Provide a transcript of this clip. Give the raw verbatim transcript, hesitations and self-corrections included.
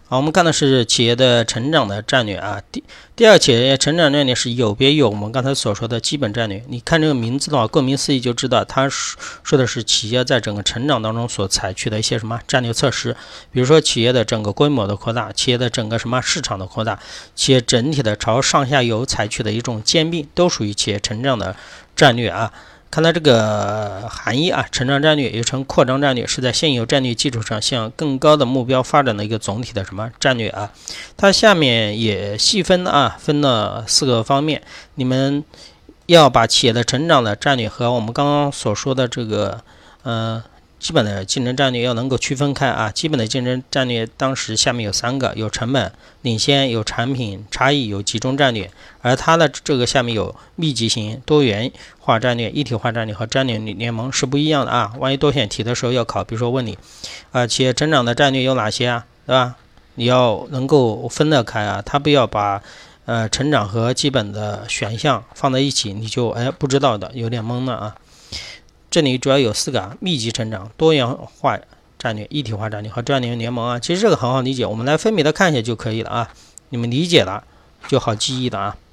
好，我们看的是企业的成长的战略啊。第第二，企业成长战略是有别于我们刚才所说的基本战略。你看这个名字的话，顾名思义就知道，它说的是企业在整个成长当中所采取的一些什么战略措施。比如说企业的整个规模的扩大，企业的整个什么市场的扩大，企业整体的朝上下游采取的一种兼并，都属于企业成长的战略啊。看它这个含义啊，成长战略又称扩张战略，是在现有战略基础上向更高的目标发展的一个总体的什么战略啊？它下面也细分啊，分了四个方面，你们要把企业的成长的战略和我们刚刚所说的这个呃基本的竞争战略要能够区分开啊。基本的竞争战略当时下面有三个，有成本、领先、有产品差异、有集中战略。而它的这个下面有密集型、多元化战略、一体化战略和战略联盟是不一样的啊。万一多选题的时候要考，比如说问你啊，企业成长的战略有哪些啊，对吧？你要能够分得开啊，它不要把呃成长和基本的选项放在一起，你就哎不知道的，有点懵了啊。这里主要有四个啊：密集成长、多元化战略、一体化战略和战略联盟啊。其实这个很好理解，我们来分别的看一下就可以了啊。你们理解了就好记忆的啊。